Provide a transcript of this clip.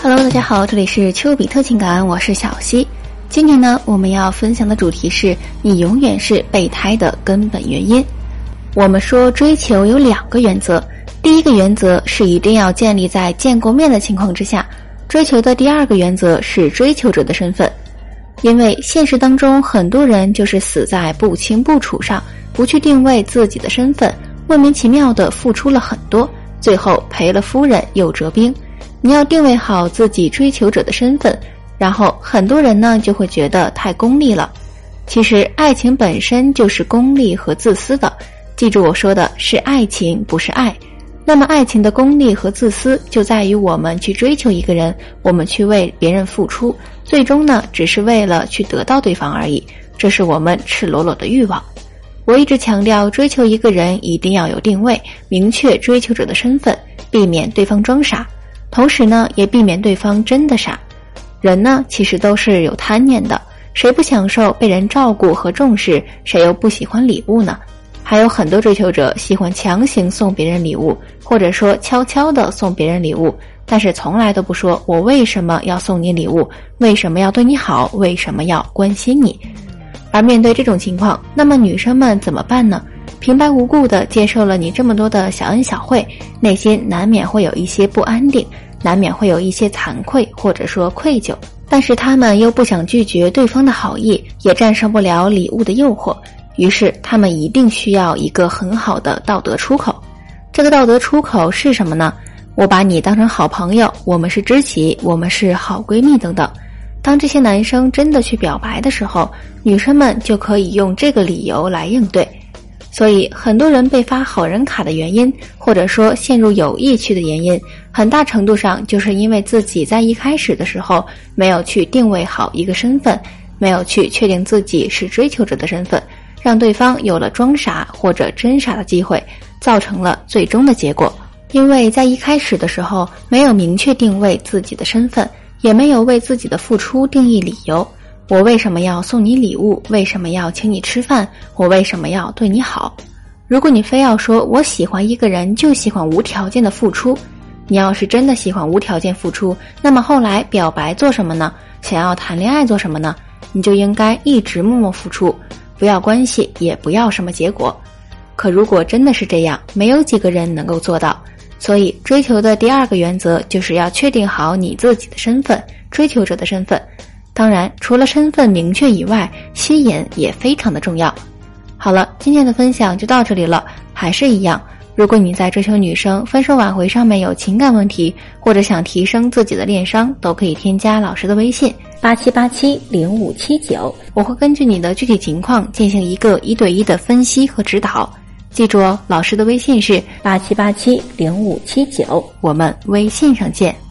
Hello， 大家好，这里是丘比特情感，我是小溪。今天呢，我们要分享的主题是你永远是备胎的根本原因。我们说追求有2个原则，第一个原则是一定要建立在见过面的情况之下，追求的第2个原则是追求者的身份。因为现实当中很多人就是死在不清不楚上，不去定位自己的身份，莫名其妙的付出了很多，最后赔了夫人又折兵。你要定位好自己追求者的身份，然后很多人呢就会觉得太功利了。其实爱情本身就是功利和自私的，记住我说的是爱情，不是爱。那么爱情的功利和自私就在于我们去追求一个人，我们去为别人付出，最终呢只是为了去得到对方而已，这是我们赤裸裸的欲望。我一直强调，追求一个人一定要有定位，明确追求者的身份，避免对方装傻，同时呢也避免对方真的傻。人呢其实都是有贪念的，谁不享受被人照顾和重视，谁又不喜欢礼物呢？还有很多追求者喜欢强行送别人礼物，或者说悄悄地送别人礼物，但是从来都不说我为什么要送你礼物，为什么要对你好，为什么要关心你。而面对这种情况，那么女生们怎么办呢？平白无故地接受了你这么多的小恩小惠，内心难免会有一些不安定，难免会有一些惭愧或者说愧疚，但是他们又不想拒绝对方的好意，也战胜不了礼物的诱惑，于是他们一定需要一个很好的道德出口。这个道德出口是什么呢？我把你当成好朋友，我们是知己，我们是好闺蜜等等。当这些男生真的去表白的时候，女生们就可以用这个理由来应对。所以很多人被发好人卡的原因，或者说陷入有意区的原因，很大程度上就是因为自己在一开始的时候没有去定位好一个身份，没有去确定自己是追求者的身份，让对方有了装傻或者真傻的机会，造成了最终的结果。因为在一开始的时候没有明确定位自己的身份，也没有为自己的付出定义理由，我为什么要送你礼物，为什么要请你吃饭，我为什么要对你好。如果你非要说我喜欢一个人就喜欢无条件的付出，你要是真的喜欢无条件付出，那么后来表白做什么呢？想要谈恋爱做什么呢？你就应该一直默默付出，不要关系，也不要什么结果。可如果真的是这样，没有几个人能够做到。所以追求的第2个原则就是要确定好你自己的身份，追求者的身份。当然除了身份明确以外，吸引也非常的重要。好了，今天的分享就到这里了。还是一样，如果你在追求女生分手挽回上面有情感问题，或者想提升自己的恋商，都可以添加老师的微信87870579，我会根据你的具体情况进行一个1对1的分析和指导。记住哦，老师的微信是87870579，我们微信上见。